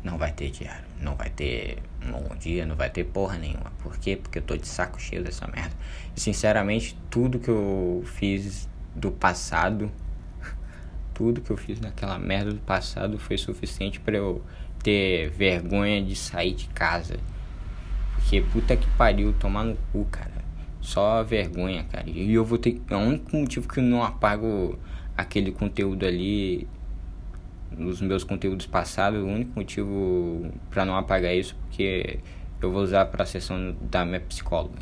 não vai ter diário, não vai ter um bom dia, não vai ter porra nenhuma. Por quê? Porque eu tô de saco cheio dessa merda. E sinceramente, tudo que eu fiz do passado, tudo que eu fiz naquela merda do passado foi suficiente pra eu ter vergonha de sair de casa. Porque puta que pariu, tomar no cu, cara. Só vergonha, cara. E eu vou ter... É o único motivo que eu não apago aquele conteúdo ali, nos meus conteúdos passados, o único motivo pra não apagar isso, porque eu vou usar pra sessão da minha psicóloga.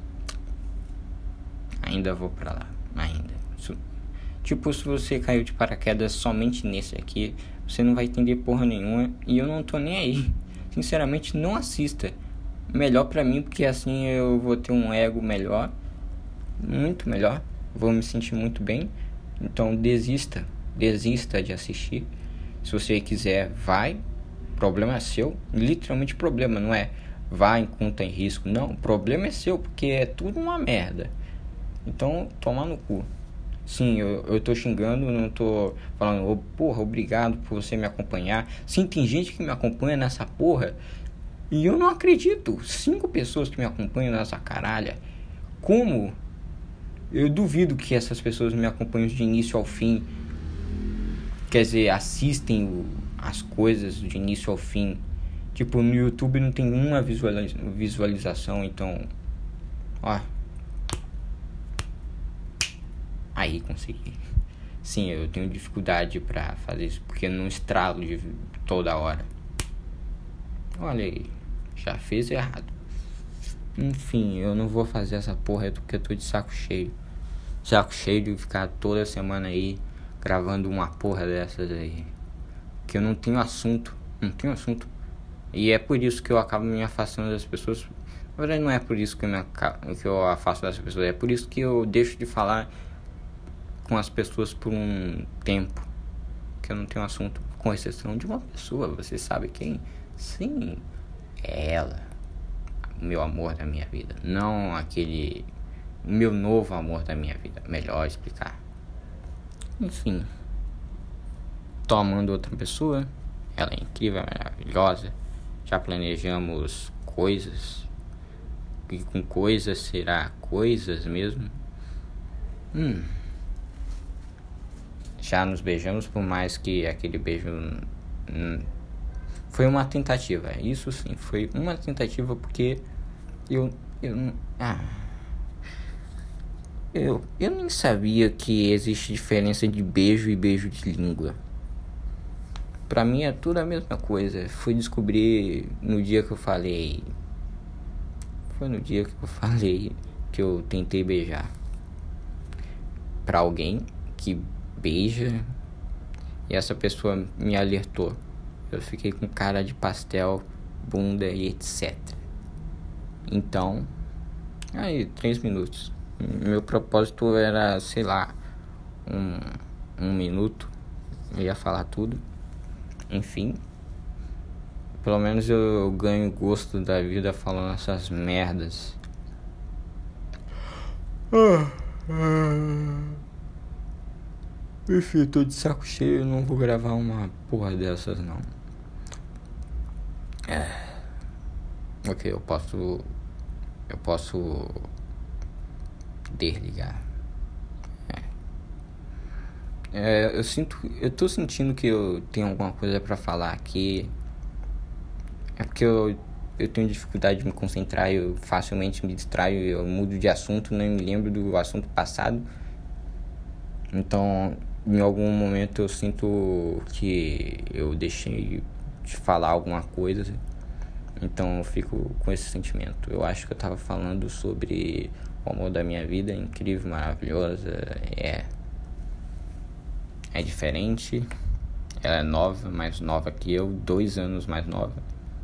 Ainda vou pra lá, ainda. Tipo, se você caiu de paraquedas somente nesse aqui, você não vai entender porra nenhuma, e eu não tô nem aí. Sinceramente, não assista. Melhor pra mim, porque assim eu vou ter um ego melhor, muito melhor, vou me sentir muito bem. Então desista de assistir. Se você quiser, vai. Problema é seu. Literalmente problema, não é vá em conta em risco. Não, o problema é seu, porque é tudo uma merda. Então, toma no cu. Sim, eu tô xingando, não tô falando, oh, porra, obrigado por você me acompanhar. Sim, tem gente que me acompanha nessa porra e eu não acredito. 5 pessoas que me acompanham nessa caralha. Como? Eu duvido que essas pessoas me acompanhem de início ao fim. Quer dizer, assistem as coisas de início ao fim. Tipo, no YouTube não tem uma visualização, então... Ó. Aí consegui. Sim, eu tenho dificuldade pra fazer isso, porque eu não estralo de toda hora. Olha aí, já fez errado. Enfim, eu não vou fazer essa porra porque eu tô de saco cheio. Saco cheio de ficar toda semana aí gravando uma porra dessas aí. Que eu não tenho assunto. E é por isso que eu acabo me afastando das pessoas. Na verdade não é por isso que eu afasto das pessoas. É por isso que eu deixo de falar com as pessoas por um tempo. Que eu não tenho assunto. Com exceção de uma pessoa. Você sabe quem? Sim, é ela. O meu amor da minha vida. Não aquele... O meu novo amor da minha vida. Melhor explicar. Enfim. Tô amando outra pessoa. Ela é incrível, é maravilhosa. Já planejamos coisas. E com coisas será coisas mesmo. Já nos beijamos, por mais que aquele beijo foi uma tentativa. Isso sim, foi uma tentativa, porque eu nem sabia que existe diferença de beijo e beijo de língua. Pra mim é tudo a mesma coisa. Fui descobrir no dia que eu falei. Foi no dia que eu falei que eu tentei beijar pra alguém que beija, e essa pessoa me alertou. Eu fiquei com cara de pastel, bunda e etc. Então, aí 3 minutos. Meu propósito era, sei lá, um minuto. Eu ia falar tudo. Enfim, pelo menos eu ganho gosto da vida falando essas merdas. Enfim, tô de saco cheio, não vou gravar uma porra dessas não. Ok, eu posso desligar. Eu tô sentindo que eu tenho alguma coisa pra falar aqui. É porque eu tenho dificuldade de me concentrar, eu facilmente me distraio, eu mudo de assunto, não me lembro do assunto passado. Então, em algum momento eu sinto que eu deixei de falar alguma coisa. Então eu fico com esse sentimento. Eu acho que eu tava falando sobre o amor da minha vida, incrível, maravilhosa. É diferente. Ela é nova, mais nova que eu, 2 anos mais nova.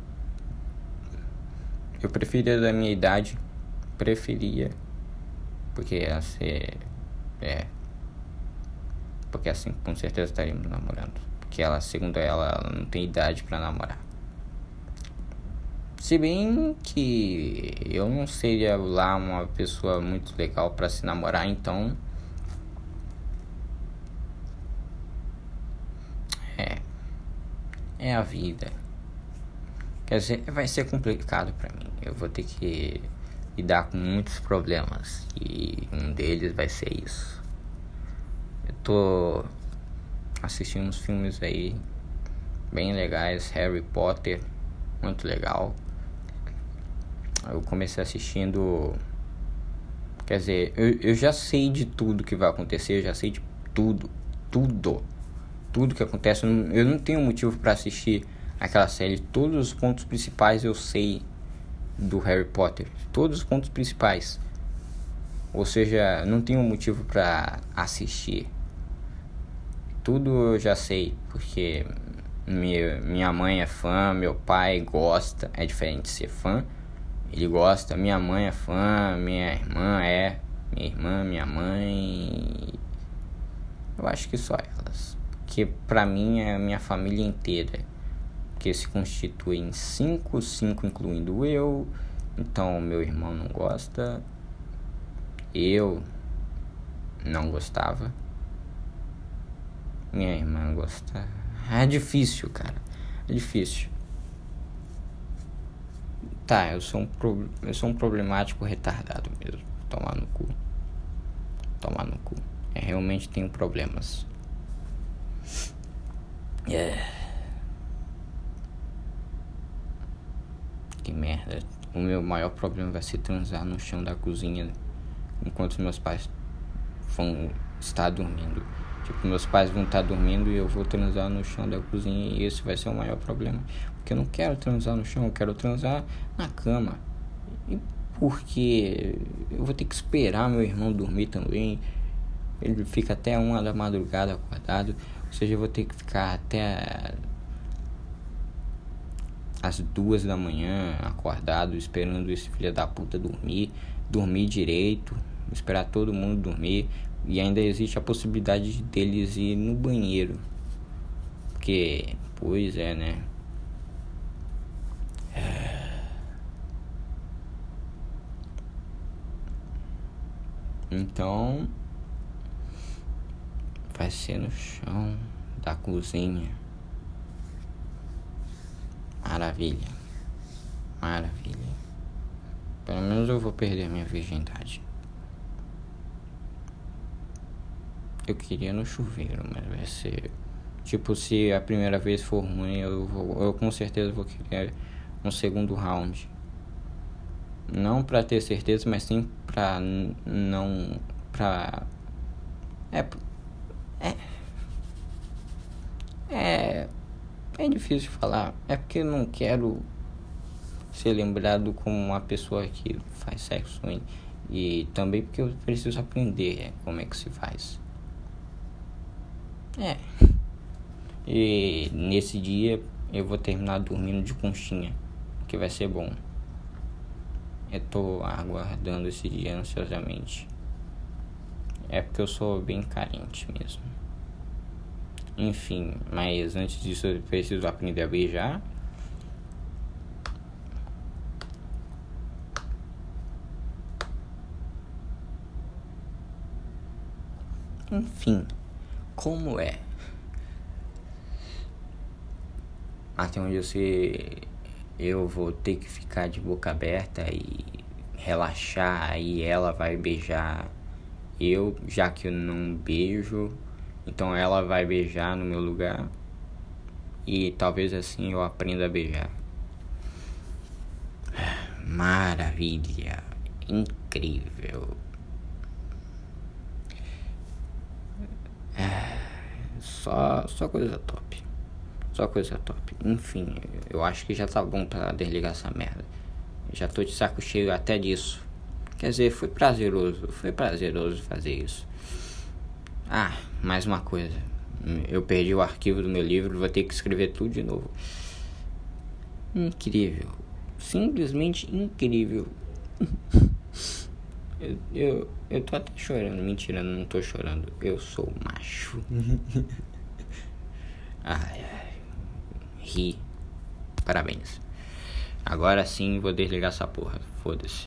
Eu preferia da minha idade. Preferia. Porque porque assim com certeza estaríamos namorando. Porque ela, segundo ela não tem idade pra namorar. Se bem que eu não seria lá uma pessoa muito legal pra se namorar, então... É a vida. Quer dizer, vai ser complicado pra mim. Eu vou ter que lidar com muitos problemas. E um deles vai ser isso. Eu tô assistindo uns filmes aí bem legais. Harry Potter, muito legal. Eu comecei assistindo. Quer dizer, eu já sei de tudo que vai acontecer. Eu já sei de tudo que acontece. Eu não tenho motivo pra assistir aquela série. Todos os pontos principais eu sei do Harry Potter. Todos os pontos principais. Ou seja, não tenho motivo pra assistir. Tudo eu já sei. Porque minha mãe é fã, meu pai gosta. É diferente de ser fã. Ele gosta, minha mãe é fã, minha irmã, minha mãe. Eu acho que só elas. Que pra mim é a minha família inteira. Que se constitui em 5 incluindo eu. Então meu irmão não gosta. Eu não gostava. Minha irmã gosta. É difícil, cara. É difícil. Tá, eu sou um problemático retardado mesmo. Tomar no cu. Realmente tenho problemas. Que merda. O meu maior problema vai ser transar no chão da cozinha enquanto meus pais vão estar dormindo. Tipo, meus pais vão estar dormindo e eu vou transar no chão da cozinha. E esse vai ser o maior problema. Porque eu não quero transar no chão, eu quero transar na cama. E porque eu vou ter que esperar meu irmão dormir também. Ele fica até 1 da madrugada acordado. Ou seja, eu vou ter que ficar até às 2 da manhã acordado, esperando esse filho da puta dormir direito, esperar todo mundo dormir. E ainda existe a possibilidade deles ir no banheiro. Porque, pois é, né? Então, vai ser no chão da cozinha. Maravilha. Pelo menos eu vou perder minha virgindade. Eu queria no chuveiro, mas vai ser... Tipo, se a primeira vez for ruim, eu com certeza vou querer um segundo round. Não pra ter certeza, mas sim pra não... É difícil falar. É porque eu não quero ser lembrado como uma pessoa que faz sexo ruim. E também porque eu preciso aprender como é que se faz. E nesse dia eu vou terminar dormindo de conchinha, que vai ser bom. Eu tô aguardando esse dia ansiosamente. É porque eu sou bem carente mesmo. Enfim, mas antes disso eu preciso aprender a beijar. Enfim, como é? Até onde eu vou ter que ficar de boca aberta e relaxar. Aí ela vai beijar eu, já que eu não beijo. Então ela vai beijar no meu lugar. E talvez assim eu aprenda a beijar. Maravilha. Incrível. Só coisa top. Enfim, eu acho que já tá bom pra desligar essa merda. Já tô de saco cheio até disso. Quer dizer, foi prazeroso fazer isso. Mais uma coisa. Eu perdi o arquivo do meu livro, vou ter que escrever tudo de novo. Incrível. Simplesmente incrível. Eu tô até chorando. Mentira, não tô chorando. Eu sou macho. Ri. Parabéns. Agora sim vou desligar essa porra. Foda-se.